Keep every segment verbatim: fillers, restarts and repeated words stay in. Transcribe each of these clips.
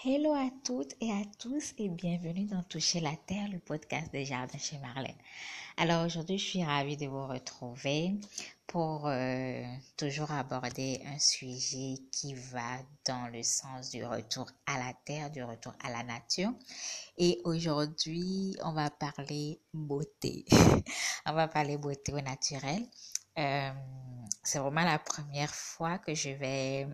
Hello à toutes et à tous et bienvenue dans Toucher la Terre, le podcast des jardins chez Marlène. Alors aujourd'hui, je suis ravie de vous retrouver pour euh, toujours aborder un sujet qui va dans le sens du retour à la terre, du retour à la nature. Et aujourd'hui, on va parler beauté. On va parler beauté au naturel. Euh, c'est vraiment la première fois que je vais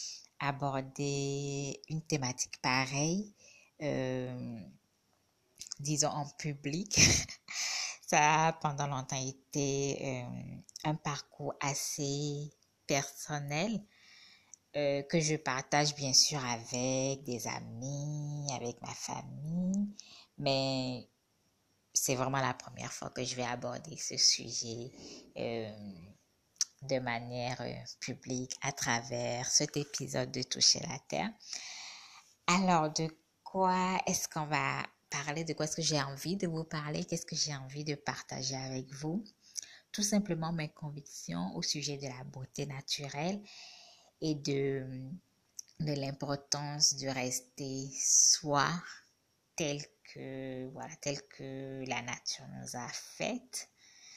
aborder une thématique pareille, euh, disons en public. Ça a pendant longtemps été euh, un parcours assez personnel euh, que je partage bien sûr avec des amis, avec ma famille, mais c'est vraiment la première fois que je vais aborder ce sujet euh, de manière euh, publique à travers cet épisode de Toucher la Terre. Alors, de quoi est-ce qu'on va parler? De quoi est-ce que j'ai envie de vous parler? Qu'est-ce que j'ai envie de partager avec vous? Tout simplement mes convictions au sujet de la beauté naturelle et de, de l'importance de rester soi tel que, voilà, tel que la nature nous a faite.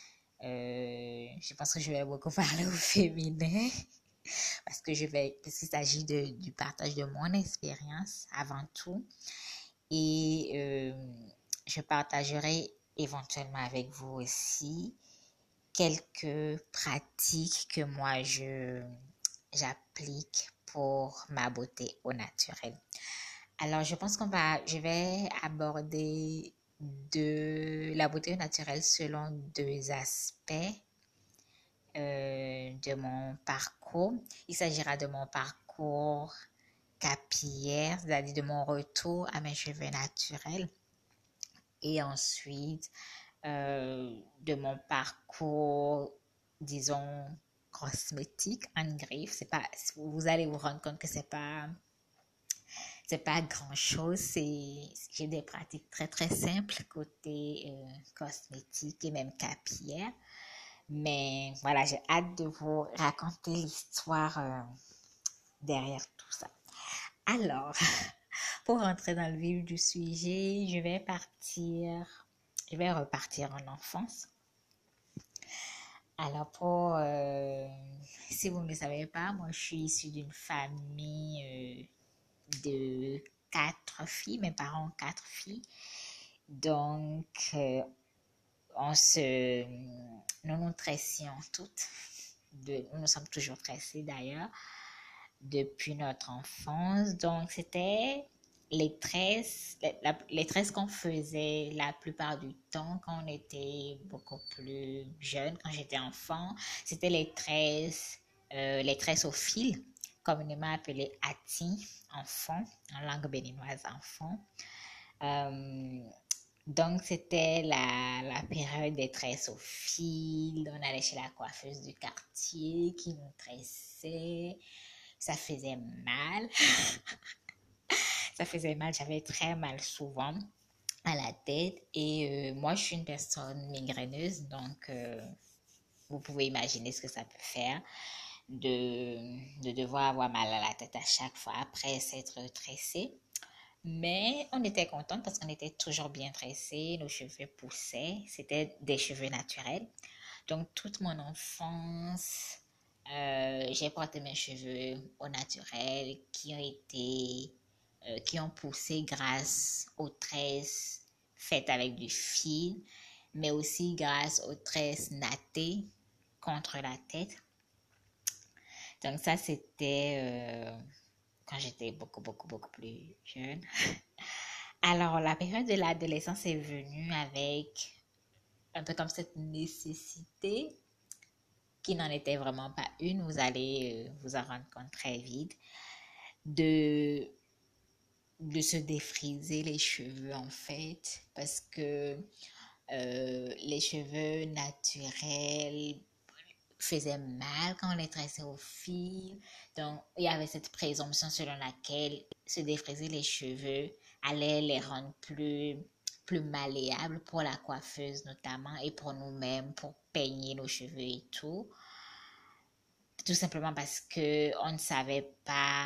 Euh, je pense que je vais beaucoup parler au féminin parce que je vais, parce qu'il s'agit de, du partage de mon expérience avant tout. Et euh, je partagerai éventuellement avec vous aussi quelques pratiques que moi je j'applique pour ma beauté au naturel. Alors, je pense qu'on va, je vais aborder de la beauté au naturel selon deux aspects euh, de mon parcours. Il s'agira de mon parcours capillaire, c'est-à-dire de mon retour à mes cheveux naturels. Et ensuite, euh, de mon parcours, disons, cosmétique en griffe. C'est pas, vous allez vous rendre compte que c'est pas, c'est pas grand chose. C'est, j'ai des pratiques très très simples côté euh, cosmétique et même capillaire. Mais voilà, j'ai hâte de vous raconter l'histoire euh, derrière tout ça. Alors, pour rentrer dans le vif du sujet, je vais partir, je vais repartir en enfance. Alors, pour, euh, si vous ne le savez pas, moi, je suis issue d'une famille euh, de quatre filles. Mes parents ont quatre filles. Donc, euh, on se, nous nous tressions toutes. De, nous nous sommes toujours tressées d'ailleurs depuis notre enfance. Donc, c'était les tresses, la, les tresses qu'on faisait la plupart du temps quand on était beaucoup plus jeune, quand j'étais enfant, c'était les tresses, euh, les tresses au fil, communément appelées ati, enfant, en langue béninoise, enfant. Euh, donc, c'était la, la période des tresses au fil. On allait chez la coiffeuse du quartier qui nous tressait. Ça faisait mal. Ça faisait mal. J'avais très mal souvent à la tête. Et euh, moi, je suis une personne migraineuse. Donc, euh, vous pouvez imaginer ce que ça peut faire de, de devoir avoir mal à la tête à chaque fois après s'être tressée. Mais on était contente parce qu'on était toujours bien tressés, nos cheveux poussaient, c'était des cheveux naturels. Donc toute mon enfance, euh, j'ai porté mes cheveux au naturel qui ont été, euh, qui ont poussé grâce aux tresses faites avec du fil, mais aussi grâce aux tresses nattées contre la tête. Donc ça c'était euh, quand j'étais beaucoup beaucoup beaucoup plus jeune. Alors, la période de l'adolescence est venue avec un peu comme cette nécessité qui n'en était vraiment pas une, vous allez euh, vous en rendre compte très vite, de, de se défriser les cheveux en fait, parce que euh, les cheveux naturels faisaient mal quand on les tressait au fil. Donc, il y avait cette présomption selon laquelle se défriser les cheveux allait les rendre plus, plus malléables pour la coiffeuse notamment et pour nous-mêmes, pour peigner nos cheveux et tout. Tout simplement parce que on ne savait pas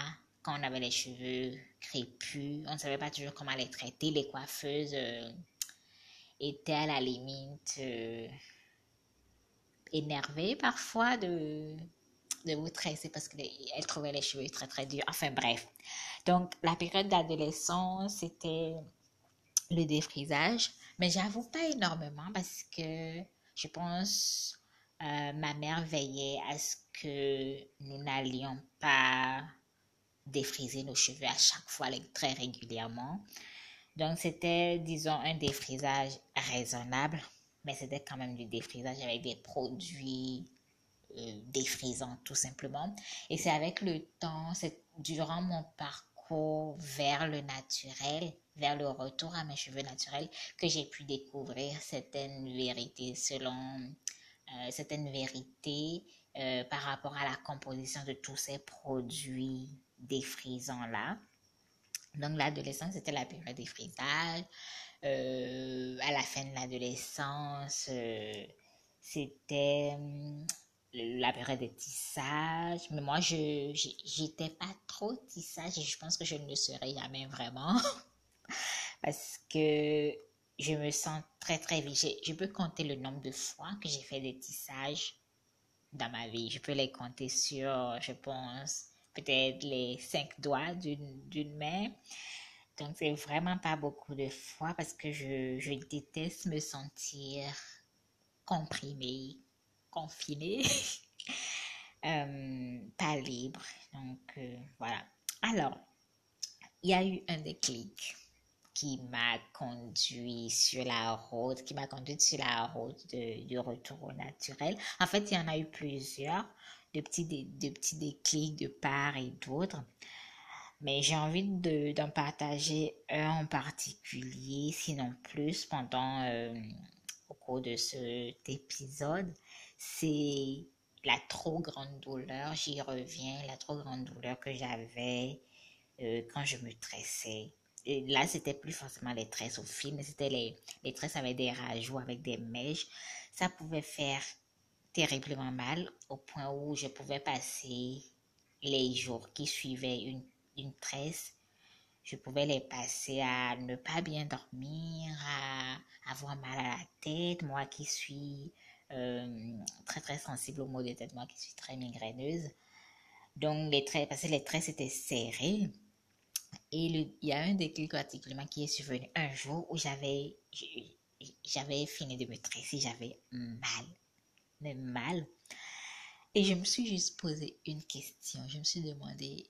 quand on avait les cheveux crépus, on ne savait pas toujours comment les traiter. Les coiffeuses euh, étaient à la limite euh, énervées parfois de, de vous tresser parce qu'elles trouvaient les cheveux très très durs. Enfin bref. Donc la période d'adolescence, c'était le défrisage. Mais j'avoue pas énormément parce que je pense euh, ma mère veillait à ce que nous n'allions pas défriser nos cheveux à chaque fois, très régulièrement. Donc, c'était, disons, un défrisage raisonnable, mais c'était quand même du défrisage avec des produits euh, défrisants, tout simplement. Et c'est avec le temps, c'est durant mon parcours vers le naturel, vers le retour à mes cheveux naturels, que j'ai pu découvrir certaines vérités selon euh, certaines vérités euh, par rapport à la composition de tous ces produits défrisants-là. Donc, l'adolescence, c'était la période des frisages. Euh, à la fin de l'adolescence, euh, c'était hum, la période de tissage. Mais moi, je j'étais pas trop tissage et je pense que je ne le serai jamais vraiment. Parce que je me sens très, très vite. Je, je peux compter le nombre de fois que j'ai fait des tissages dans ma vie. Je peux les compter sur, je pense, peut-être les cinq doigts d'une d'une main. Donc, c'est vraiment pas beaucoup de fois parce que je, je déteste me sentir comprimée, confinée, euh, pas libre. Donc, euh, voilà. Alors, il y a eu un déclic qui m'a conduit sur la route, qui m'a conduite sur la route de, du retour au naturel. En fait, il y en a eu plusieurs, de petits, de, de petits déclics de part et d'autre. Mais j'ai envie de, d'en partager un en particulier, sinon plus, pendant, euh, au cours de cet épisode. C'est la trop grande douleur, j'y reviens, la trop grande douleur que j'avais euh, quand je me tressais. Et là, c'était plus forcément les tresses au fil, mais c'était les, les tresses avec des rajouts, avec des mèches. Ça pouvait faire terriblement mal au point où je pouvais passer les jours qui suivaient une, une tresse. Je pouvais les passer à ne pas bien dormir, à avoir mal à la tête, moi qui suis euh, très très sensible aux maux de tête, moi qui suis très migraineuse. Donc les traits, parce que les traits étaient serrés. Et le, il y a un déclic particulièrement qui est survenu un jour où j'avais, j'avais fini de me tresser, j'avais mal, mais mal. Et je me suis juste posé une question. Je me suis demandé,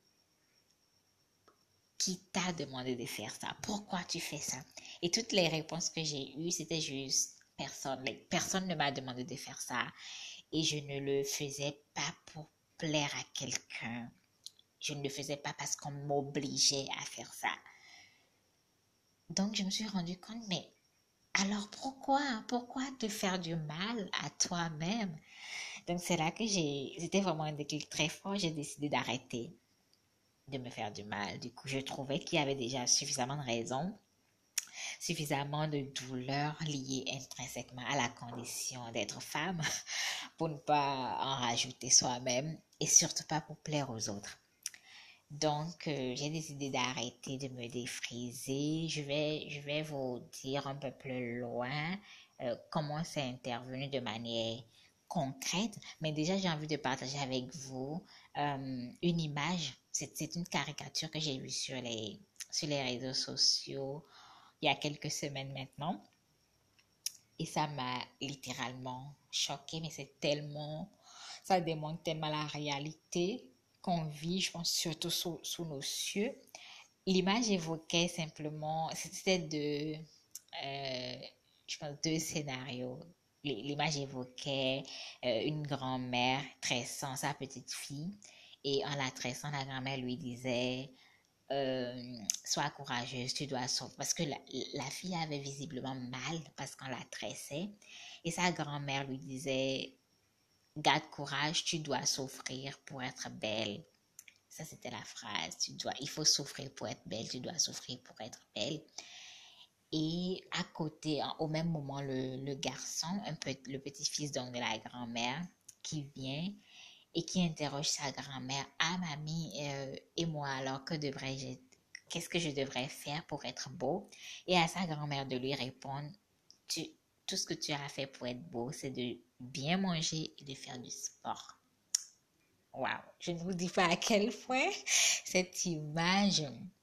qui t'a demandé de faire ça? Pourquoi tu fais ça? Et toutes les réponses que j'ai eues, c'était juste personne. Like, personne ne m'a demandé de faire ça. Et je ne le faisais pas pour plaire à quelqu'un. Je ne le faisais pas parce qu'on m'obligeait à faire ça. Donc, je me suis rendu compte, mais alors pourquoi? Pourquoi te faire du mal à toi-même? Donc, c'est là que j'ai, c'était vraiment un déclic très fort. J'ai décidé d'arrêter de me faire du mal. Du coup, je trouvais qu'il y avait déjà suffisamment de raisons, suffisamment de douleurs liées intrinsèquement à la condition d'être femme pour ne pas en rajouter soi-même et surtout pas pour plaire aux autres. Donc, euh, j'ai décidé d'arrêter de me défriser. Je vais, je vais vous dire un peu plus loin euh, comment c'est intervenu de manière concrète. Mais déjà, j'ai envie de partager avec vous euh, une image. C'est, c'est une caricature que j'ai vue sur les, sur les réseaux sociaux il y a quelques semaines maintenant. Et ça m'a littéralement choquée, mais c'est tellement, ça démontre tellement la réalité qu'on vit, je pense, surtout sous, sous nos cieux. L'image évoquait simplement, c'était de, euh, je pense, deux scénarios. L'image évoquait euh, une grand-mère tressant sa petite fille et en la tressant, la grand-mère lui disait euh, sois courageuse, tu dois sauver. Parce que la, la fille avait visiblement mal parce qu'on la tressait. Et sa grand-mère lui disait, garde courage, tu dois souffrir pour être belle. Ça, c'était la phrase. Tu dois, il faut souffrir pour être belle, tu dois souffrir pour être belle. Et à côté, au même moment, le, le garçon, un peu, le petit-fils donc de la grand-mère, qui vient et qui interroge sa grand-mère, ah mamie, euh, et moi alors que devrais-je, qu'est-ce que je devrais faire pour être beau? Et à sa grand-mère de lui répondre, tu, tout ce que tu as fait pour être beau, c'est de bien manger et de faire du sport. Waouh, je ne vous dis pas à quel point cette image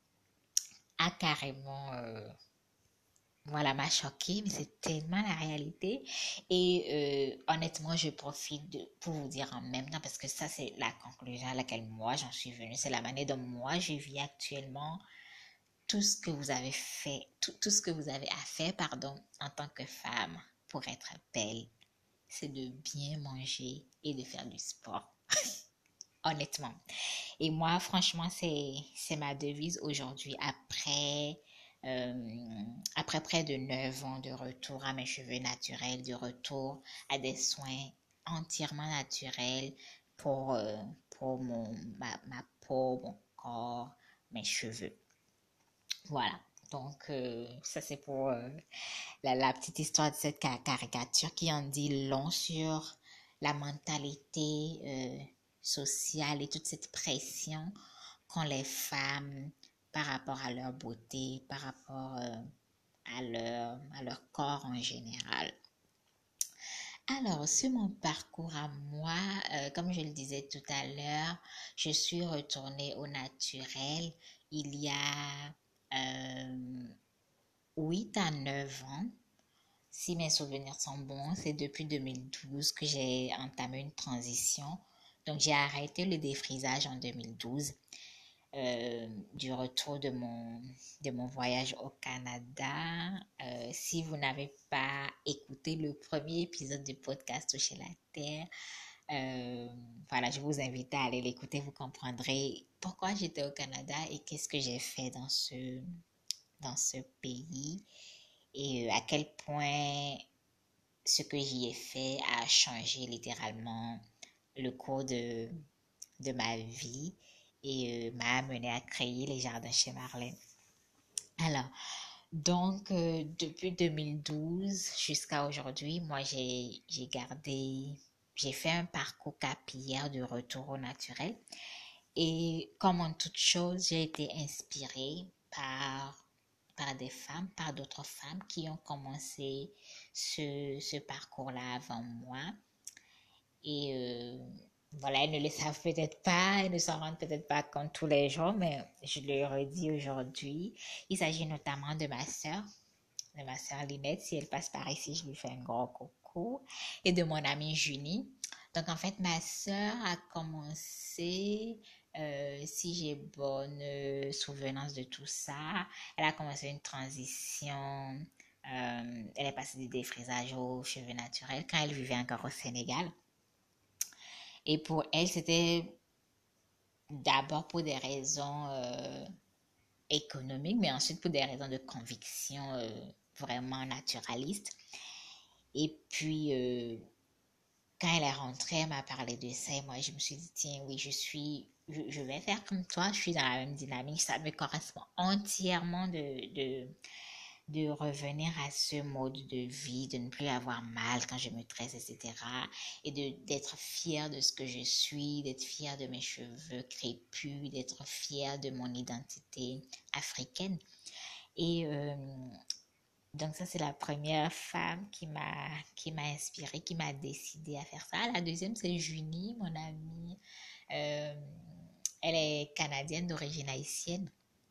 a carrément, euh, voilà, m'a choquée, mais c'est tellement la réalité. Et euh, honnêtement, je profite de, pour vous dire en même temps, parce que ça, c'est la conclusion à laquelle moi, j'en suis venue. C'est la manière dont moi, je vis actuellement. Tout ce que vous avez fait, tout, tout ce que vous avez à faire, pardon, en tant que femme pour être belle, c'est de bien manger et de faire du sport. Honnêtement. Et moi, franchement, c'est, c'est ma devise aujourd'hui après, euh, après près de neuf ans de retour à mes cheveux naturels, de retour à des soins entièrement naturels pour, euh, pour mon, ma, ma peau, mon corps, mes cheveux. Voilà. Donc, euh, ça c'est pour euh, la, la petite histoire de cette caricature qui en dit long sur la mentalité euh, sociale et toute cette pression qu'ont les femmes par rapport à leur beauté, par rapport euh, à leur, à leur corps en général. Alors, sur mon parcours à moi, euh, comme je le disais tout à l'heure, je suis retournée au naturel il y a euh, huit à neuf ans. Si mes souvenirs sont bons, c'est depuis deux mille douze que j'ai entamé une transition. Donc, j'ai arrêté le défrisage en deux mille douze, euh, du retour de mon, de mon voyage au Canada. Euh, si vous n'avez pas écouté le premier épisode du podcast Toucher la Terre, euh, voilà, je vous invite à aller l'écouter. Vous comprendrez pourquoi j'étais au Canada et qu'est-ce que j'ai fait dans ce, dans ce pays et à quel point ce que j'y ai fait a changé littéralement le cours de, de ma vie et euh, m'a amené à créer les jardins chez Marlène. Alors, donc, euh, depuis deux mille douze jusqu'à aujourd'hui, moi, j'ai, j'ai gardé, j'ai fait un parcours capillaire de retour au naturel. Et comme en toute chose, j'ai été inspirée par, par des femmes, par d'autres femmes qui ont commencé ce, ce parcours-là avant moi. Et euh, voilà, elles ne le savent peut-être pas, elles ne s'en rendent peut-être pas compte tous les jours, mais je le redis aujourd'hui. Il s'agit notamment de ma sœur, de ma sœur Linette. Si elle passe par ici, je lui fais un gros coucou. Et de mon amie Junie. Donc, en fait, ma sœur a commencé, euh, si j'ai bonne euh, souvenance de tout ça, elle a commencé une transition. Euh, elle est passée du défrisage aux cheveux naturels quand elle vivait encore au Sénégal. Et pour elle, c'était d'abord pour des raisons euh, économiques, mais ensuite pour des raisons de conviction euh, vraiment naturalistes. Et puis, euh, quand elle est rentrée, elle m'a parlé de ça et moi, je me suis dit, tiens, oui, je suis, je, je vais faire comme toi, je suis dans la même dynamique, ça me correspond entièrement de, de, de revenir à ce mode de vie, de ne plus avoir mal quand je me tresse, et cetera. Et de, d'être fière de ce que je suis, d'être fière de mes cheveux crépus, d'être fière de mon identité africaine. Et euh, donc ça, c'est la première femme qui m'a qui m'a inspirée, qui m'a décidé à faire ça. La deuxième, c'est Junie, mon amie. Euh, elle est canadienne d'origine haïtienne.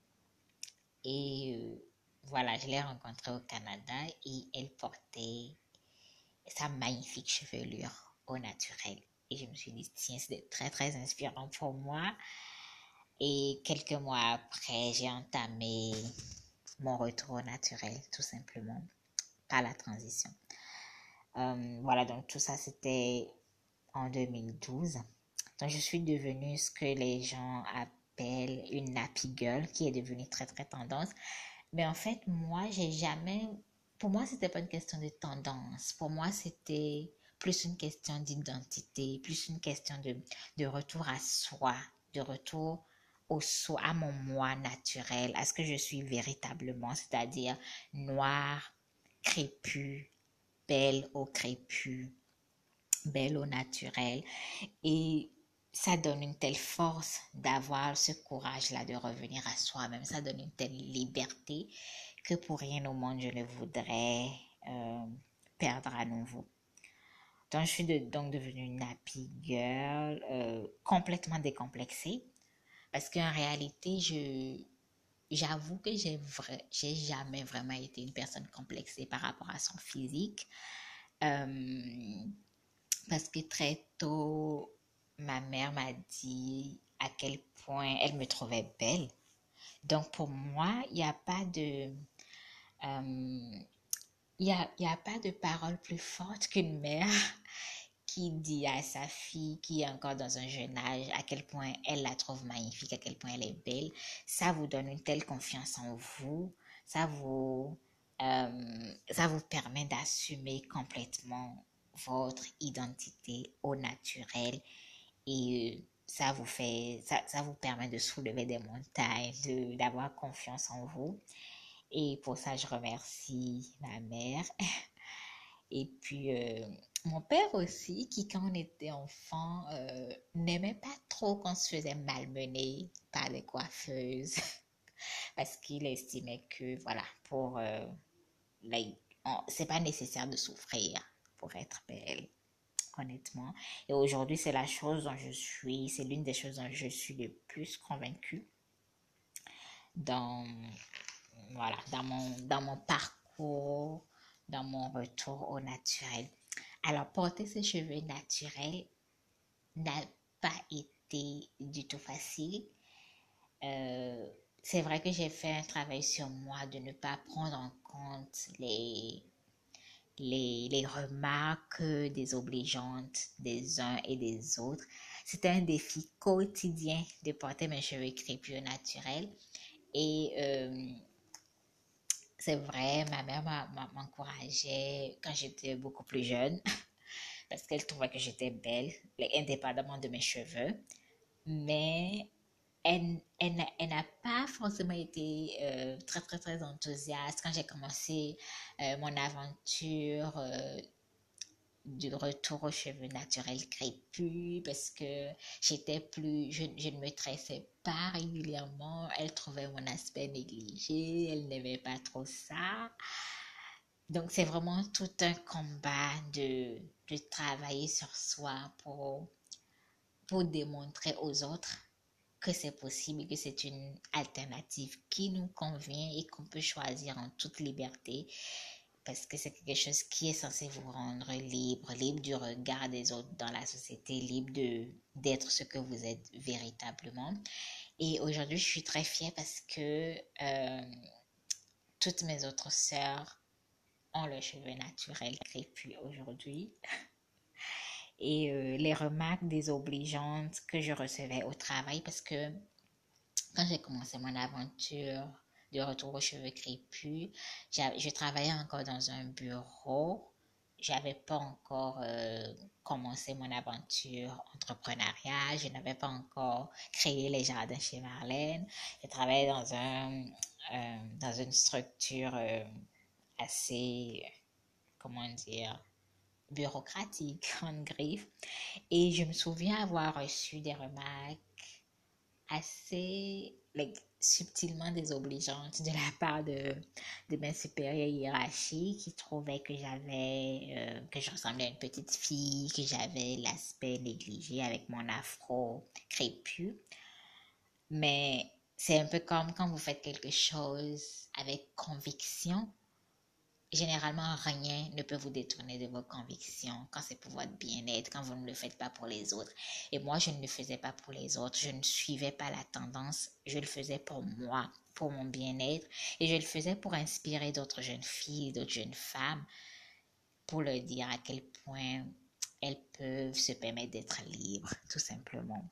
Et euh, voilà, je l'ai rencontrée au Canada et elle portait sa magnifique chevelure au naturel. Et je me suis dit, tiens, c'est très, très inspirant pour moi. Et quelques mois après, j'ai entamé mon retour au naturel, tout simplement, par la transition. Euh, voilà, donc tout ça, c'était en deux mille douze. Donc, je suis devenue ce que les gens appellent une nappy girl, qui est devenue très, très tendance. Mais en fait, moi, j'ai jamais... Pour moi, c'était pas une question de tendance. Pour moi, c'était plus une question d'identité, plus une question de, de retour à soi, de retour au soi, à mon moi naturel, à ce que je suis véritablement, c'est-à-dire noir, crépus, belle au crépus, belle au naturel. Et ça donne une telle force d'avoir ce courage-là de revenir à soi-même. Ça donne une telle liberté que pour rien au monde, je ne voudrais euh, perdre à nouveau. Donc, je suis de, donc devenue une happy girl, euh, complètement décomplexée. Parce qu'en réalité, je, j'avoue que j'ai vrai, j'ai jamais vraiment été une personne complexée par rapport à son physique. Euh, Parce que très tôt, ma mère m'a dit à quel point elle me trouvait belle. Donc pour moi, il n'y a pas de, euh, il y a, il y a pas de parole plus forte qu'une mère qui dit à sa fille qui est encore dans un jeune âge à quel point elle la trouve magnifique, à quel point elle est belle. Ça vous donne une telle confiance en vous, ça vous, euh, ça vous permet d'assumer complètement votre identité au naturel et euh, ça vous fait, ça, ça vous permet de soulever des montagnes, de, d'avoir confiance en vous. Et pour ça, je remercie ma mère. Et puis, euh, mon père aussi, qui quand on était enfant, euh, n'aimait pas trop qu'on se faisait malmener par les coiffeuses. Parce qu'il estimait que, voilà, pour, euh, like, on- c'est pas nécessaire de souffrir pour être belle, honnêtement. Et aujourd'hui, c'est la chose dont je suis, c'est l'une des choses dont je suis le plus convaincue dans, voilà, dans mon, dans mon parcours, dans mon retour au naturel. Alors, porter ses cheveux naturels n'a pas été du tout facile. Euh, c'est vrai que j'ai fait un travail sur moi de ne pas prendre en compte les, les, les remarques désobligeantes des uns et des autres. C'était un défi quotidien de porter mes cheveux crépus au naturel. Et euh, c'est vrai, ma mère m'encourageait quand j'étais beaucoup plus jeune parce qu'elle trouvait que j'étais belle, indépendamment de mes cheveux. Mais elle, elle, n'a- elle n'a pas forcément été euh, très, très, très enthousiaste quand j'ai commencé euh, mon aventure euh, du retour aux cheveux naturels crépus parce que j'étais plus, je, je ne me tressais pas régulièrement. Elle trouvait mon aspect négligé, elle n'aimait pas trop ça. Donc, c'est vraiment tout un combat de, de travailler sur soi pour, pour démontrer aux autres que c'est possible et que c'est une alternative qui nous convient et qu'on peut choisir en toute liberté parce que c'est quelque chose qui est censé vous rendre libre, libre du regard des autres dans la société, libre de d'être ce que vous êtes véritablement. Et aujourd'hui, je suis très fière parce que euh, toutes mes autres sœurs ont le cheveu naturel crépus aujourd'hui. Et euh, les remarques désobligeantes que je recevais au travail parce que quand j'ai commencé mon aventure de retour aux cheveux crépus, je travaillais encore dans un bureau. J'avais pas encore euh, commencé mon aventure entrepreneuriale. Je n'avais pas encore créé les jardins chez Marlène. Je travaillais dans un euh, dans une structure euh, assez, comment dire, bureaucratique en griffe. Et je me souviens avoir reçu des remarques assez like, subtilement désobligeante de la part de, de mes supérieurs hiérarchiques qui trouvaient que j'avais euh, que je ressemblais à une petite fille, que j'avais l'aspect négligé avec mon afro crépus. Mais c'est un peu comme quand vous faites quelque chose avec conviction. Généralement, rien ne peut vous détourner de vos convictions quand c'est pour votre bien-être, quand vous ne le faites pas pour les autres. Et moi, je ne le faisais pas pour les autres. Je ne suivais pas la tendance. Je le faisais pour moi, pour mon bien-être. Et je le faisais pour inspirer d'autres jeunes filles, d'autres jeunes femmes, pour leur dire à quel point elles peuvent se permettre d'être libres, tout simplement.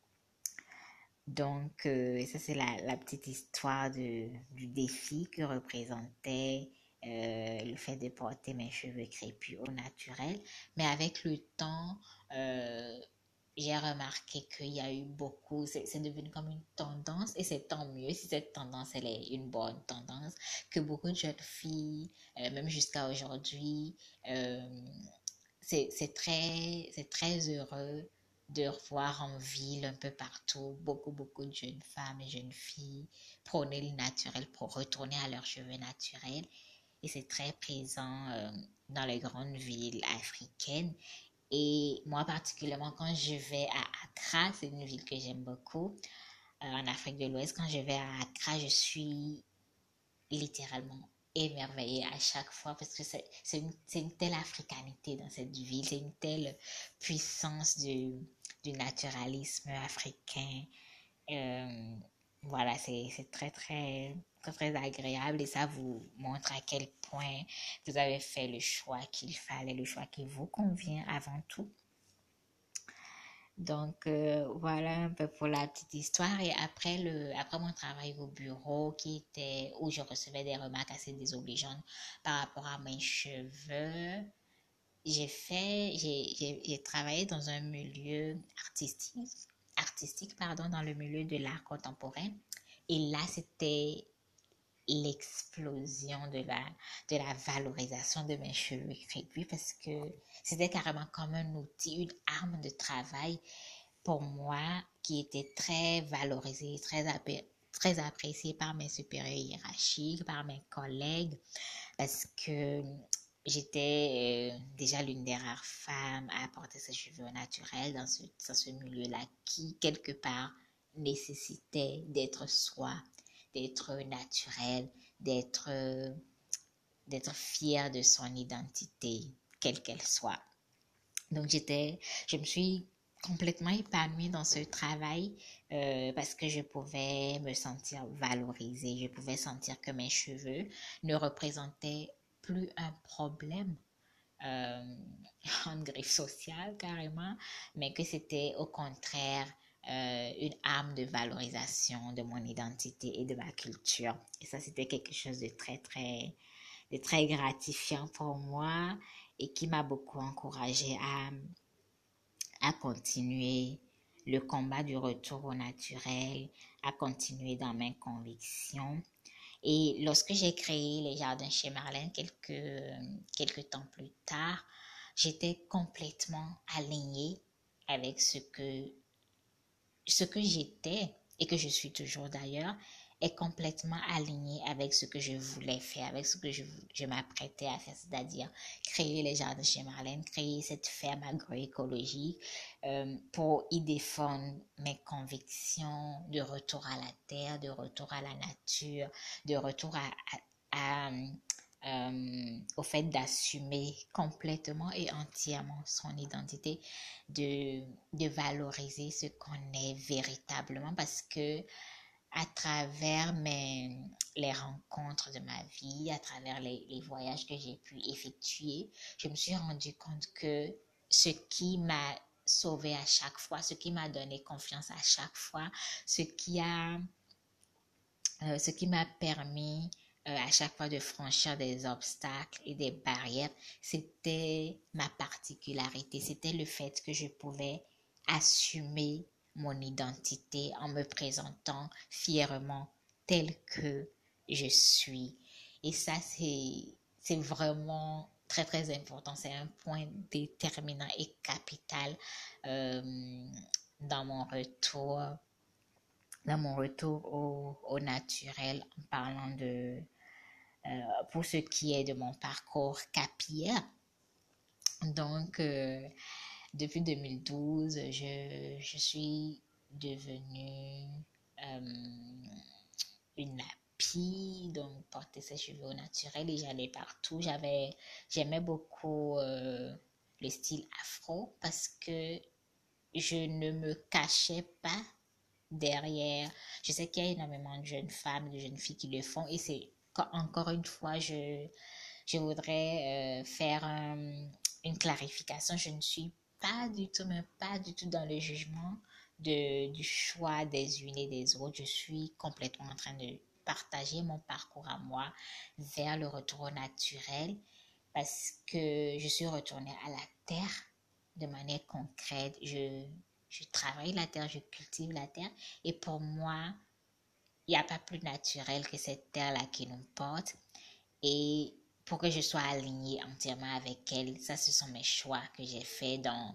Donc, euh, ça, c'est la, la petite histoire de, du défi que représentait euh, le fait de porter mes cheveux crépus au naturel. Mais avec le temps, euh, j'ai remarqué qu'il y a eu beaucoup, c'est, c'est devenu comme une tendance, et c'est tant mieux si cette tendance, elle est une bonne tendance, que beaucoup de jeunes filles, euh, même jusqu'à aujourd'hui, euh, c'est, c'est très, c'est très heureux de revoir en ville un peu partout beaucoup, beaucoup de jeunes femmes et jeunes filles prôner le naturel pour retourner à leurs cheveux naturels. Et c'est très présent euh, dans les grandes villes africaines. Et moi, particulièrement, quand je vais à Accra, c'est une ville que j'aime beaucoup, euh, en Afrique de l'Ouest, quand je vais à Accra, je suis littéralement émerveillée à chaque fois parce que c'est c'est une, c'est une telle africanité dans cette ville, c'est une telle puissance du, du naturalisme africain. Euh, voilà, c'est c'est très, très, très, très agréable et ça vous montre à quel point vous avez fait le choix qu'il fallait, le choix qui vous convient avant tout. Donc euh, voilà un peu pour la petite histoire. Et après le après mon travail au bureau qui était où je recevais des remarques assez désobligeantes par rapport à mes cheveux, j'ai fait j'ai j'ai j'ai travaillé dans un milieu artistique artistique pardon dans le milieu de l'art contemporain. Et là c'était l'explosion de la, de la valorisation de mes cheveux réduits parce que c'était carrément comme un outil, une arme de travail pour moi qui était très valorisée, très, appé- très appréciée par mes supérieurs hiérarchiques, par mes collègues parce que j'étais euh, déjà l'une des rares femmes à porter ses cheveux naturels dans ce, dans ce milieu-là qui, quelque part, nécessitait d'être soi, d'être naturel, d'être euh, d'être fier de son identité, quelle qu'elle soit. Donc j'étais, je me suis complètement épanouie dans ce travail euh, parce que je pouvais me sentir valorisée, je pouvais sentir que mes cheveux ne représentaient plus un problème euh, en griffe sociale carrément, mais que c'était au contraire euh, une arme de valorisation de mon identité et de ma culture. Et ça, c'était quelque chose de très, très, de très gratifiant pour moi et qui m'a beaucoup encouragée à, à continuer le combat du retour au naturel, à continuer dans mes convictions. Et lorsque j'ai créé les jardins chez Marlène quelques, quelques temps plus tard, j'étais complètement alignée avec ce que, ce que j'étais et que je suis toujours d'ailleurs est complètement aligné avec ce que je voulais faire, avec ce que je, je m'apprêtais à faire, c'est-à-dire créer les jardins chez Marlène, créer cette ferme agroécologique euh, pour y défendre mes convictions de retour à la terre, de retour à la nature, de retour à, à, à euh, au fait d'assumer complètement et entièrement son identité, de, de valoriser ce qu'on est véritablement parce que à travers mes, les rencontres de ma vie, à travers les, les voyages que j'ai pu effectuer, je me suis rendu compte que ce qui m'a sauvé à chaque fois, ce qui m'a donné confiance à chaque fois, ce qui a, euh, ce qui m'a permis euh, à chaque fois de franchir des obstacles et des barrières, c'était ma particularité, c'était le fait que je pouvais assumer mon identité en me présentant fièrement telle que je suis. Et ça, c'est, c'est vraiment très, très important. C'est un point déterminant et capital euh, dans mon retour, dans mon retour au, au naturel en parlant de, euh, pour ce qui est de mon parcours capillaire. Donc, euh, depuis deux mille douze, je, je suis devenue euh, une nappie, donc porter ses cheveux au naturel et j'allais partout. J'avais, j'aimais beaucoup euh, le style afro parce que je ne me cachais pas derrière. Je sais qu'il y a énormément de jeunes femmes, de jeunes filles qui le font et c'est encore une fois, je, je voudrais euh, faire un- une clarification. Je ne suis pas du tout, mais pas du tout dans le jugement de, du choix des unes et des autres. Je suis complètement en train de partager mon parcours à moi vers le retour au naturel parce que je suis retournée à la terre de manière concrète. Je, je travaille la terre, je cultive la terre et pour moi, il n'y a pas plus naturel que cette terre-là qui nous porte. Et pour que je sois alignée entièrement avec elle, ça, ce sont mes choix que j'ai faits dans,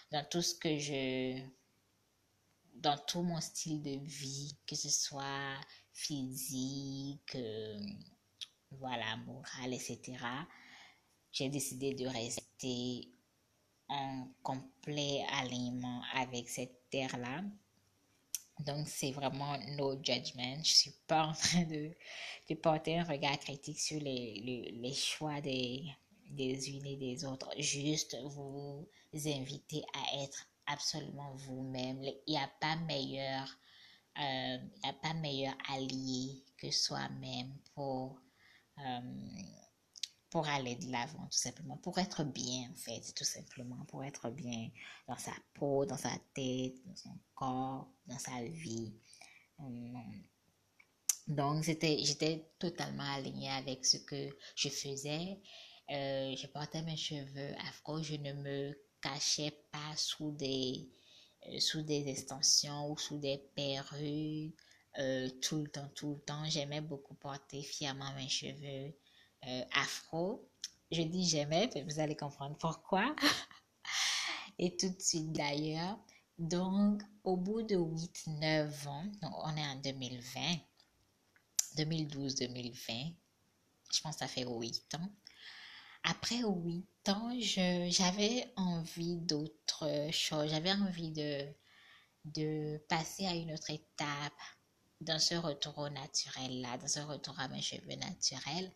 dans tout ce que je, dans tout mon style de vie, que ce soit physique, euh, voilà, moral, et cetera. J'ai décidé de rester en complet alignement avec cette terre-là. Donc, c'est vraiment no judgment. Je suis pas en train de, de porter un regard critique sur les, les, les choix des, des unes et des autres. Juste vous inviter à être absolument vous-même. Il n'y a pas meilleur, euh, il n'y a pas meilleur allié que soi-même pour, euh, pour aller de l'avant, tout simplement, pour être bien, en fait, tout simplement, pour être bien dans sa peau, dans sa tête, dans son corps, dans sa vie. Hum, Donc, c'était, j'étais totalement alignée avec ce que je faisais. Euh, je portais mes cheveux afro, je ne me cachais pas sous des, euh, sous des extensions ou sous des perruques euh, tout le temps, tout le temps. J'aimais beaucoup porter fièrement mes cheveux euh, afro. Je dis j'aimais, mais vous allez comprendre pourquoi. Et tout de suite d'ailleurs. Donc, au bout de huit neuf ans, donc on est en deux mille vingt, deux mille douze deux mille vingt, je pense que ça fait huit ans. Après huit ans, je, j'avais envie d'autre chose. J'avais envie de, de passer à une autre étape dans ce retour au naturel là, dans ce retour à mes cheveux naturels.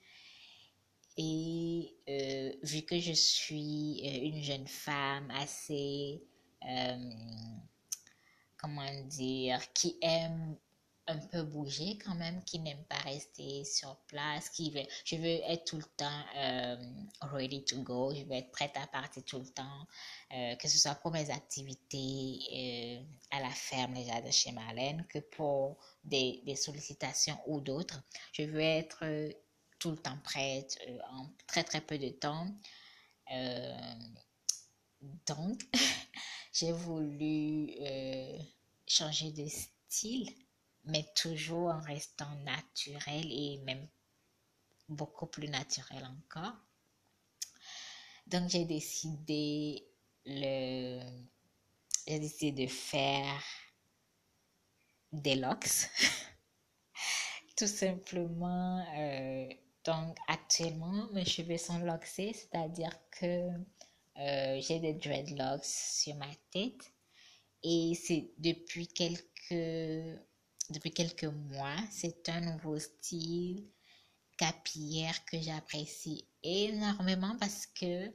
Et euh, vu que je suis euh, une jeune femme assez, euh, comment dire, qui aime un peu bouger quand même, qui n'aime pas rester sur place, qui veut, je veux être tout le temps euh, ready to go, je veux être prête à partir tout le temps, euh, que ce soit pour mes activités euh, à la ferme déjà de chez Marlène, que pour des, des sollicitations ou d'autres. Je veux être euh, tout le temps prête, euh, en très très peu de temps. Euh, donc, j'ai voulu euh, changer de style, mais toujours en restant naturel et même beaucoup plus naturel encore. Donc, j'ai décidé le, j'ai décidé de faire des locks, tout simplement. Euh, donc, actuellement, mes cheveux sont locksés, c'est-à-dire que euh, j'ai des dreadlocks sur ma tête. Et c'est depuis quelques, depuis quelques mois, c'est un nouveau style capillaire que j'apprécie énormément parce que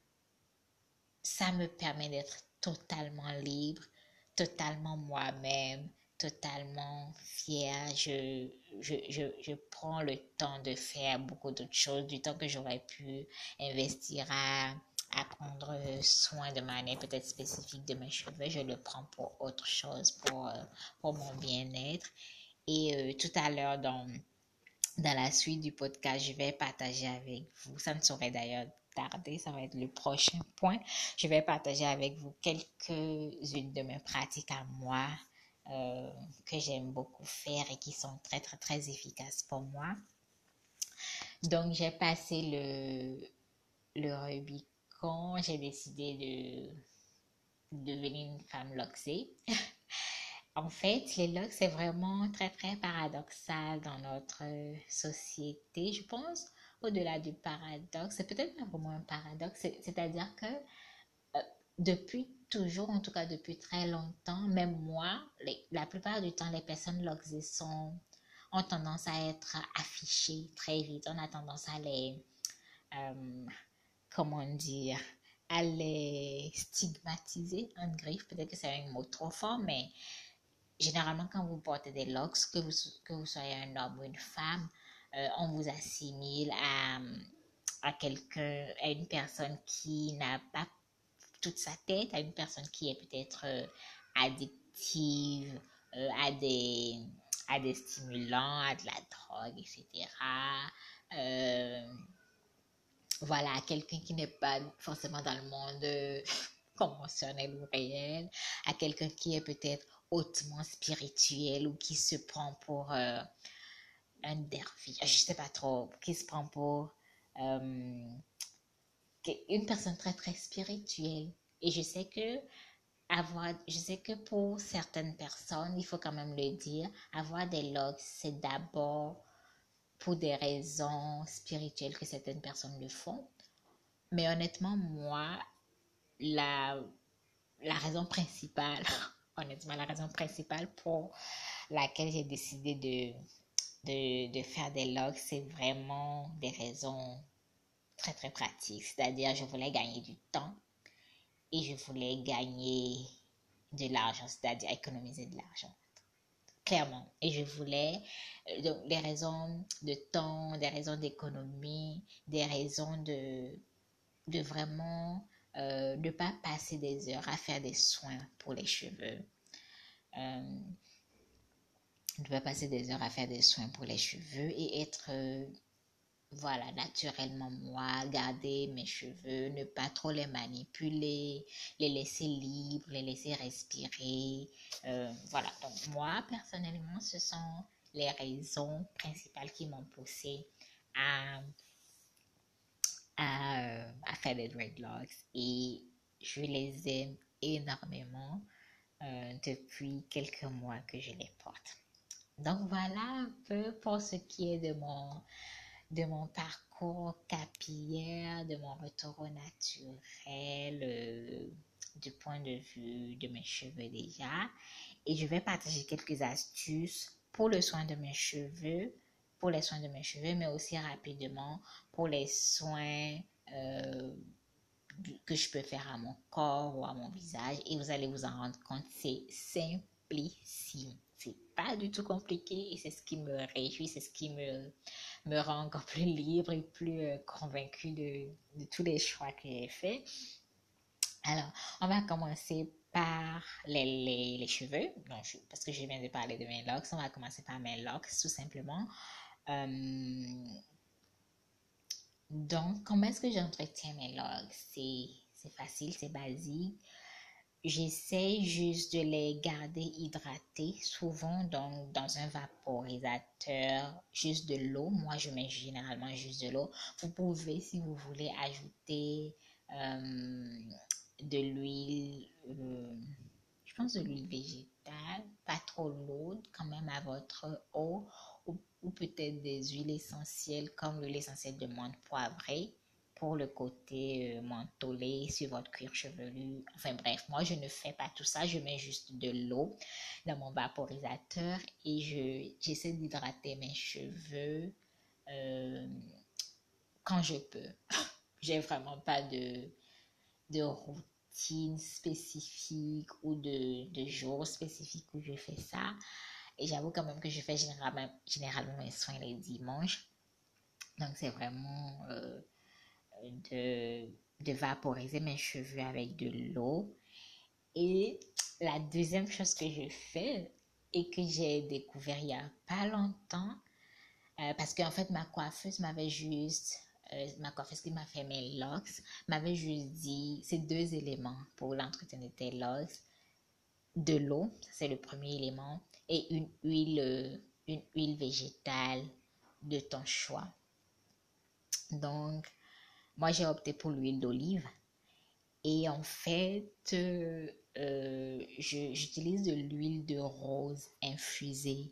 ça me permet d'être totalement libre, totalement moi-même, totalement fière. Je, je, je, je prends le temps de faire beaucoup d'autres choses, du temps que j'aurais pu investir à, à prendre soin de manière peut-être spécifique de mes cheveux. Je le prends pour autre chose, pour, euh, pour mon bien-être. Et euh, tout à l'heure, dans dans la suite du podcast, je vais partager avec vous, ça ne saurait d'ailleurs tarder, ça va être le prochain point. Je vais partager avec vous quelques-unes de mes pratiques à moi euh, que j'aime beaucoup faire et qui sont très très très efficaces pour moi. Donc j'ai passé le, le Rubicon, j'ai décidé de devenir une femme loxée. En fait, les locks, c'est vraiment très, très paradoxal dans notre société. Je pense, au-delà du paradoxe, c'est peut-être pas vraiment un paradoxe, c'est- c'est-à-dire que euh, depuis toujours, en tout cas depuis très longtemps, même moi, les- la plupart du temps, les personnes loxées sont, ont tendance à être affichées très vite. On a tendance à les, euh, comment dire, à les stigmatiser en griffe. Peut-être que c'est un mot trop fort, mais généralement, quand vous portez des locks, que vous, que vous soyez un homme ou une femme, euh, on vous assimile à, à quelqu'un, à une personne qui n'a pas toute sa tête, à une personne qui est peut-être euh, addictive, euh, à des, à des stimulants, à de la drogue, et cetera. Euh, voilà, quelqu'un qui n'est pas forcément dans le monde euh, conventionnel ou réel, à quelqu'un qui est peut-être hautement spirituel ou qui se prend pour euh, un derviche, je sais pas trop, qui se prend pour euh, une personne très très spirituelle. Et je sais que avoir, je sais que pour certaines personnes, il faut quand même le dire, avoir des locks, c'est d'abord pour des raisons spirituelles que certaines personnes le font. Mais honnêtement, moi, la, la raison principale, honnêtement, la raison principale pour laquelle j'ai décidé de, de, de faire des logs, c'est vraiment des raisons très, très pratiques. C'est-à-dire, je voulais gagner du temps et je voulais gagner de l'argent, c'est-à-dire économiser de l'argent. Clairement. Et je voulais, euh, donc, des raisons de temps, des raisons d'économie, des raisons de, de vraiment euh, ne pas passer des heures à faire des soins pour les cheveux. Euh, ne pas passer des heures à faire des soins pour les cheveux et être, euh, voilà, naturellement moi, garder mes cheveux, ne pas trop les manipuler, les laisser libres, les laisser respirer. Euh, voilà, donc moi, personnellement, ce sont les raisons principales qui m'ont poussé à, à, euh, à faire des dreadlocks et je les aime énormément euh, depuis quelques mois que je les porte. Donc voilà un peu pour ce qui est de mon, de mon parcours capillaire, de mon retour au naturel, euh, du point de vue de mes cheveux déjà. Et je vais partager quelques astuces pour le soin de mes cheveux, pour les soins de mes cheveux, mais aussi rapidement pour les soins euh, que je peux faire à mon corps ou à mon visage. Et vous allez vous en rendre compte, c'est simplissime. C'est pas du tout compliqué et c'est ce qui me réjouit, c'est ce qui me, me rend encore plus libre et plus euh, convaincue de, de tous les choix que j'ai faits. Alors, on va commencer par les, les, les cheveux, donc, je, parce que je viens de parler de mes locks. On va commencer par mes locks, tout simplement. Euh, donc, comment est-ce que j'entretiens mes locks? C'est, c'est facile, c'est basique. J'essaie juste de les garder hydratés, souvent donc dans un vaporisateur, juste de l'eau. Moi, je mets généralement juste de l'eau. Vous pouvez, si vous voulez, ajouter euh, de l'huile, euh, je pense de l'huile végétale, pas trop lourde quand même à votre eau, ou, ou peut-être des huiles essentielles comme l'huile essentielle de menthe poivrée pour le côté euh, mentholé sur votre cuir chevelu. Enfin bref, moi je ne fais pas tout ça, je mets juste de l'eau dans mon vaporisateur et je, j'essaie d'hydrater mes cheveux euh, quand je peux. J'ai vraiment pas de, de routine spécifique ou de, de jour spécifique où je fais ça. Et j'avoue quand même que je fais généralement, généralement mes soins les dimanches. Donc c'est vraiment euh, de, de vaporiser mes cheveux avec de l'eau. Et la deuxième chose que je fais et que j'ai découvert il n'y a pas longtemps, euh, parce qu'en fait ma coiffeuse m'avait juste, euh, ma coiffeuse qui m'a fait mes locks, m'avait juste dit ces deux éléments pour l'entretien de tes locks, de l'eau, c'est le premier élément, et une huile, euh, une huile végétale de ton choix. Donc, moi j'ai opté pour l'huile d'olive. Et en fait, euh, euh, je- j'utilise de l'huile de rose infusée,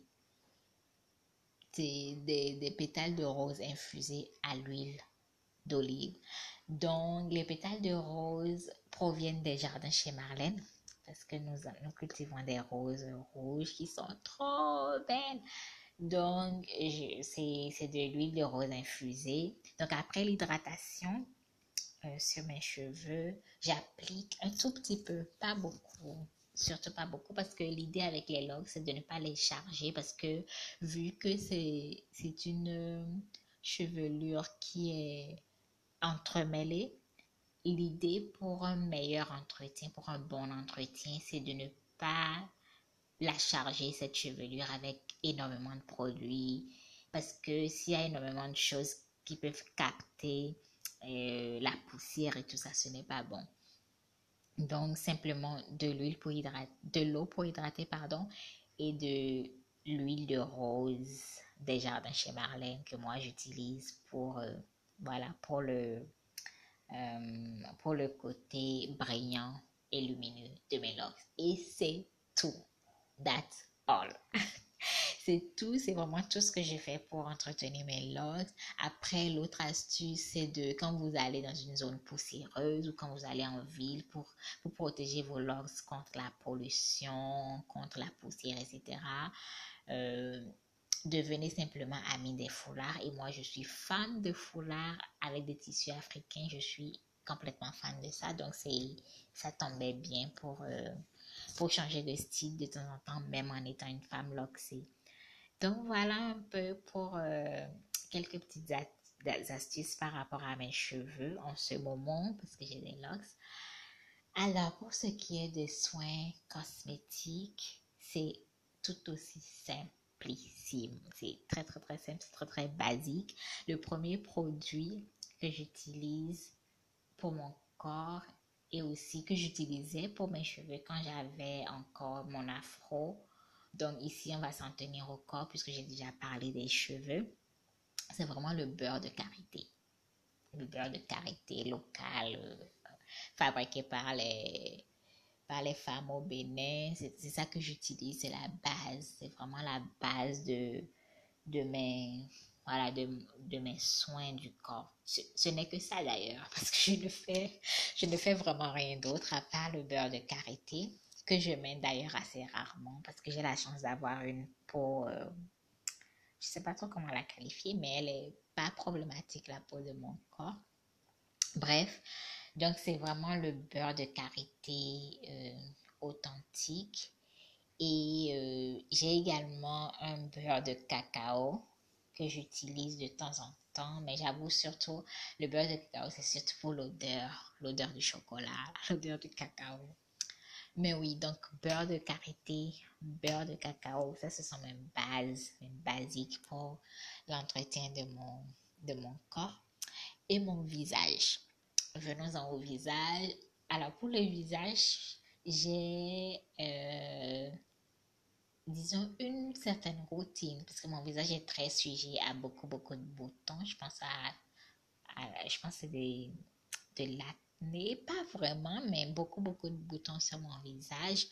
des, des, des pétales de rose infusés à l'huile d'olive. Donc, les pétales de rose proviennent des jardins chez Marlène, parce que nous, nous cultivons des roses rouges qui sont trop belles. Donc, je- c'est c'est de l'huile de rose infusée. Donc, après l'hydratation, euh, sur mes cheveux, j'applique un tout petit peu, pas beaucoup, surtout pas beaucoup parce que l'idée avec les locks c'est de ne pas les charger parce que vu que c'est c'est une euh, chevelure qui est entremêlée, l'idée pour un meilleur entretien, pour un bon entretien, c'est de ne pas la charger cette chevelure avec énormément de produits parce que s'il y a énormément de choses qui peuvent capter euh, la poussière et tout ça, ce n'est pas bon. Donc simplement de l'huile pour hydrater, de l'eau pour hydrater, pardon, et de l'huile de rose des jardins chez Marlène que moi j'utilise pour euh, voilà pour le euh, pour le côté brillant et lumineux de mes locks. Et c'est tout. That's all. C'est tout, c'est vraiment tout ce que j'ai fait pour entretenir mes locks. Après, l'autre astuce, c'est de, quand vous allez dans une zone poussiéreuse ou quand vous allez en ville pour, pour protéger vos locks contre la pollution, contre la poussière, et cetera. Euh, devenez simplement ami des foulards. Et moi, je suis fan de foulards avec des tissus africains. Je suis complètement fan de ça. Donc, c'est, ça tombait bien pour, euh, pour changer de style de temps en temps, même en étant une femme loxée. Donc voilà un peu pour euh, quelques petites astuces par rapport à mes cheveux en ce moment parce que j'ai des locks. Alors pour ce qui est des soins cosmétiques, c'est tout aussi simplissime. C'est très très très simple, c'est très très basique. Le premier produit que j'utilise pour mon corps et aussi que j'utilisais pour mes cheveux quand j'avais encore mon afro. Donc ici, on va s'en tenir au corps puisque j'ai déjà parlé des cheveux. C'est vraiment le beurre de karité. Le beurre de karité local, euh, fabriqué par les, par les femmes au Bénin. C'est, c'est ça que j'utilise, c'est la base. C'est vraiment la base de, de mes, voilà, de, de mes soins du corps. Ce, ce n'est que ça d'ailleurs, parce que je ne fais, je ne fais vraiment rien d'autre à part le beurre de karité, que je mets d'ailleurs assez rarement, parce que j'ai la chance d'avoir une peau, euh, je sais pas trop comment la qualifier, mais elle est pas problématique, la peau de mon corps. Bref, donc c'est vraiment le beurre de karité euh, authentique. Et euh, j'ai également un beurre de cacao que j'utilise de temps en temps, mais j'avoue surtout, le beurre de cacao, c'est surtout pour l'odeur, l'odeur du chocolat, l'odeur du cacao. Mais oui, donc beurre de karité, beurre de cacao, ça ce sont mes bases, mes basiques pour l'entretien de mon, de mon corps et mon visage. Venons-en au visage. Alors pour le visage, j'ai... Euh, disons, une certaine routine, parce que mon visage est très sujet à beaucoup, beaucoup de boutons. Je pense à, à je pense que c'est des, de l'acné, pas vraiment, mais beaucoup, beaucoup de boutons sur mon visage.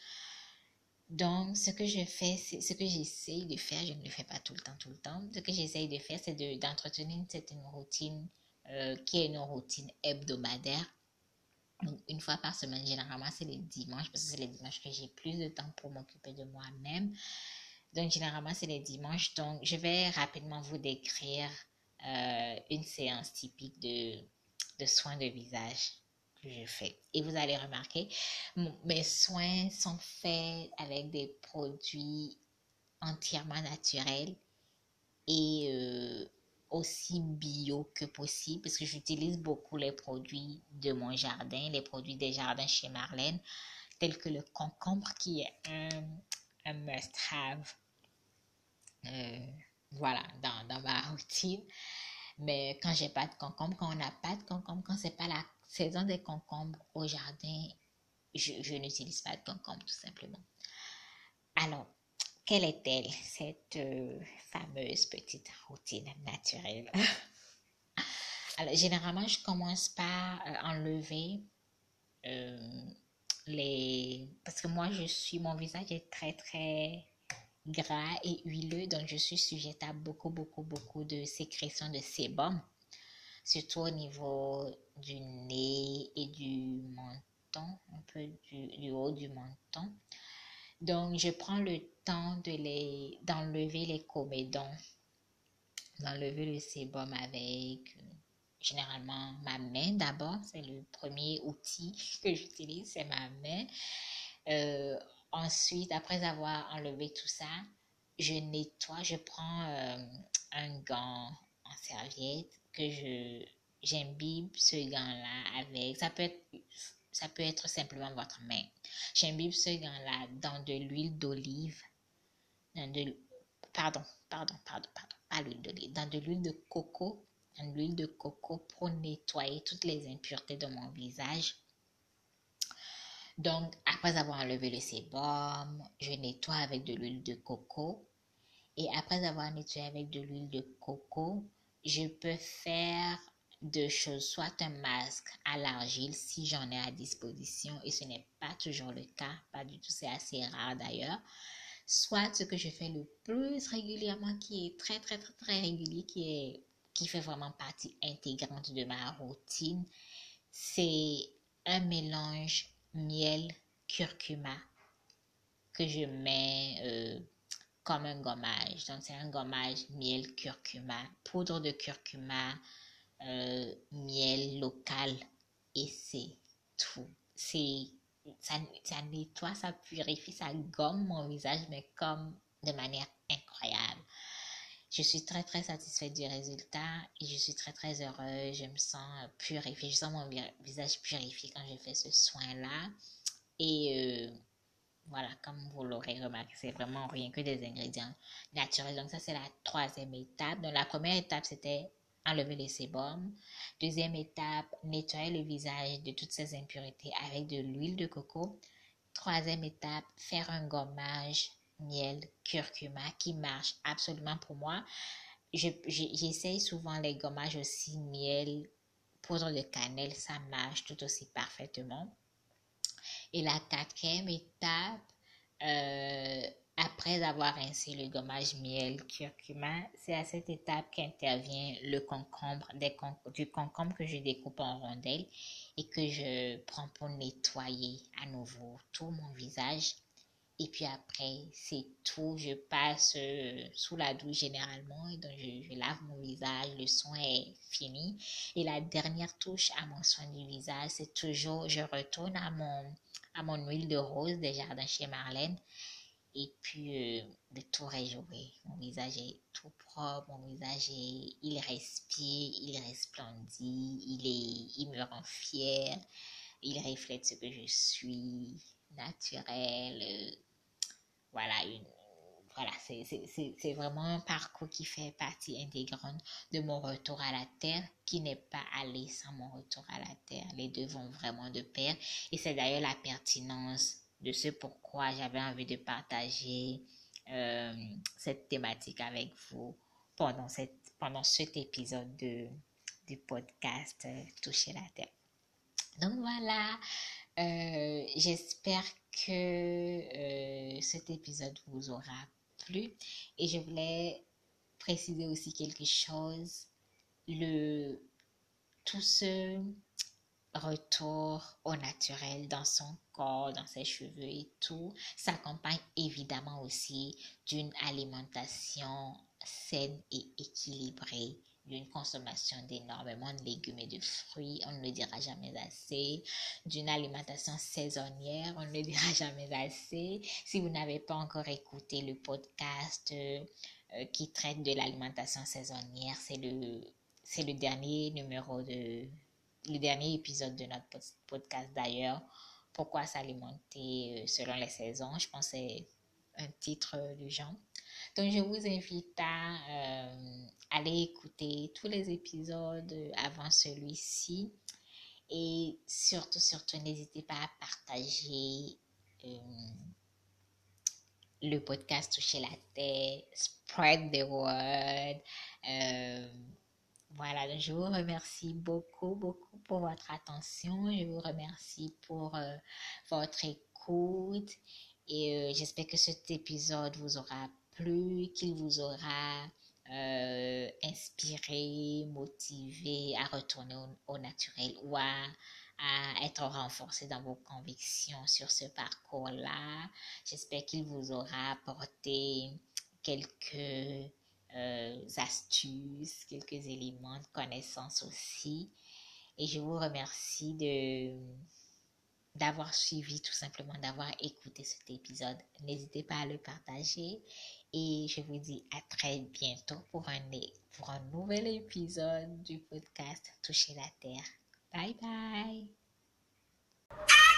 Donc, ce que je fais, c'est ce que j'essaye de faire, je ne le fais pas tout le temps, tout le temps. Ce que j'essaye de faire, c'est de, d'entretenir une certaine routine euh, qui est une routine hebdomadaire. Donc, une fois par semaine, généralement, c'est les dimanches, parce que c'est les dimanches que j'ai plus de temps pour m'occuper de moi-même. Donc, généralement, c'est les dimanches. Donc, je vais rapidement vous décrire euh, une séance typique de, de soins de visage que je fais. Et vous allez remarquer, mon- mes soins sont faits avec des produits entièrement naturels et euh, aussi bio que possible parce que j'utilise beaucoup les produits de mon jardin, les produits des jardins chez Marlène, tels que le concombre qui est un, un must-have. Euh, voilà, dans, dans ma routine. Mais quand j'ai pas de concombre, quand on n'a pas de concombre, quand c'est pas la saison des concombres au jardin, je, je n'utilise pas de concombre tout simplement. Alors, quelle est-elle, cette euh, fameuse petite routine naturelle? Alors, généralement, je commence par euh, enlever euh, les... Parce que moi, je suis... Mon visage est très, très gras et huileux, donc je suis sujette à beaucoup, beaucoup, beaucoup de sécrétions de sébum, surtout au niveau du nez et du menton, un peu du, du haut du menton. Donc, je prends le temps de les, d'enlever les comédons, d'enlever le sébum avec euh, généralement ma main d'abord. C'est le premier outil que j'utilise, c'est ma main. Euh, ensuite, après avoir enlevé tout ça, je nettoie, je prends euh, un gant en serviette que je j'imbibe ce gant-là avec, ça peut être, ça peut être simplement votre main. J'imbibe ce gant-là dans de l'huile d'olive, dans de, pardon, pardon, pardon, pardon, pas l'huile d'olive, dans de l'huile de coco, dans de l'huile de coco pour nettoyer toutes les impuretés de mon visage. Donc, après avoir enlevé le sébum, je nettoie avec de l'huile de coco. Et après avoir nettoyé avec de l'huile de coco, je peux faire deux choses, soit un masque à l'argile si j'en ai à disposition, et ce n'est pas toujours le cas, pas du tout, c'est assez rare d'ailleurs. Soit ce que je fais le plus régulièrement, qui est très très très très régulier, qui est qui fait vraiment partie intégrante de ma routine, c'est un mélange miel-curcuma que je mets euh, comme un gommage. Donc, c'est un gommage miel-curcuma, poudre de curcuma, euh, miel local, et c'est tout. C'est, ça, ça nettoie, ça purifie, ça gomme mon visage, mais comme de manière incroyable. Je suis très très satisfaite du résultat et je suis très très heureuse. Je me sens purifiée, je sens mon visage purifié quand je fais ce soin-là. Et euh, voilà, comme vous l'aurez remarqué, c'est vraiment rien que des ingrédients naturels. Donc ça, c'est la troisième étape. Donc la première étape, c'était enlever les sébums. Deuxième étape, nettoyer le visage de toutes ces impuretés avec de l'huile de coco. Troisième étape, faire un gommage miel, curcuma qui marche absolument pour moi. Je, je, j'essaye souvent les gommages aussi miel, poudre de cannelle, ça marche tout aussi parfaitement. Et la quatrième étape, euh, après avoir rincé le gommage miel, curcuma, c'est à cette étape qu'intervient le concombre, des con- du concombre que je découpe en rondelles et que je prends pour nettoyer à nouveau tout mon visage. Et puis après, c'est tout. Je passe euh, sous la douche généralement. Et donc, je, je lave mon visage. Le soin est fini. Et la dernière touche à mon soin du visage, c'est toujours, je retourne à mon, à mon huile de rose des jardins chez Marlène. Et puis, euh, le tour est joué. Mon visage est tout propre. Mon visage est, il respire, il resplendit. Il est, il me rend fière. Il reflète ce que je suis, naturel. euh, voilà, une, voilà c'est, c'est, c'est, c'est vraiment un parcours qui fait partie intégrante de mon retour à la terre, qui n'est pas allé sans mon retour à la terre. Les deux vont vraiment de pair. Et c'est d'ailleurs la pertinence de ce pourquoi j'avais envie de partager euh, cette thématique avec vous pendant, cette, pendant cet épisode de, du podcast euh, Toucher la terre. Donc voilà, euh, j'espère que euh, cet épisode vous aura plu et je voulais préciser aussi quelque chose. Le, tout ce retour au naturel dans son corps, dans ses cheveux et tout, s'accompagne évidemment aussi d'une alimentation saine et équilibrée, d'une consommation d'énormément de légumes et de fruits, on ne le dira jamais assez, d'une alimentation saisonnière, on ne le dira jamais assez. Si vous n'avez pas encore écouté le podcast euh, euh, qui traite de l'alimentation saisonnière, c'est le, c'est le dernier numéro de le dernier épisode de notre podcast d'ailleurs, pourquoi s'alimenter selon les saisons, je pense que c'est un titre du genre. Donc je vous invite à euh, aller écouter tous les épisodes avant celui-ci et surtout, surtout, n'hésitez pas à partager euh, le podcast Toucher la terre, spread the word. Euh, Voilà, donc je vous remercie beaucoup, beaucoup pour votre attention. Je vous remercie pour euh, votre écoute et euh, j'espère que cet épisode vous aura plu, qu'il vous aura euh, inspiré, motivé à retourner au, au naturel ou à, à être renforcé dans vos convictions sur ce parcours-là. J'espère qu'il vous aura apporté quelques euh, astuces, quelques éléments de connaissance aussi. Et je vous remercie de d'avoir suivi, tout simplement d'avoir écouté cet épisode. N'hésitez pas à le partager et je vous dis à très bientôt pour un, pour un nouvel épisode du podcast Toucher la Terre. Bye bye!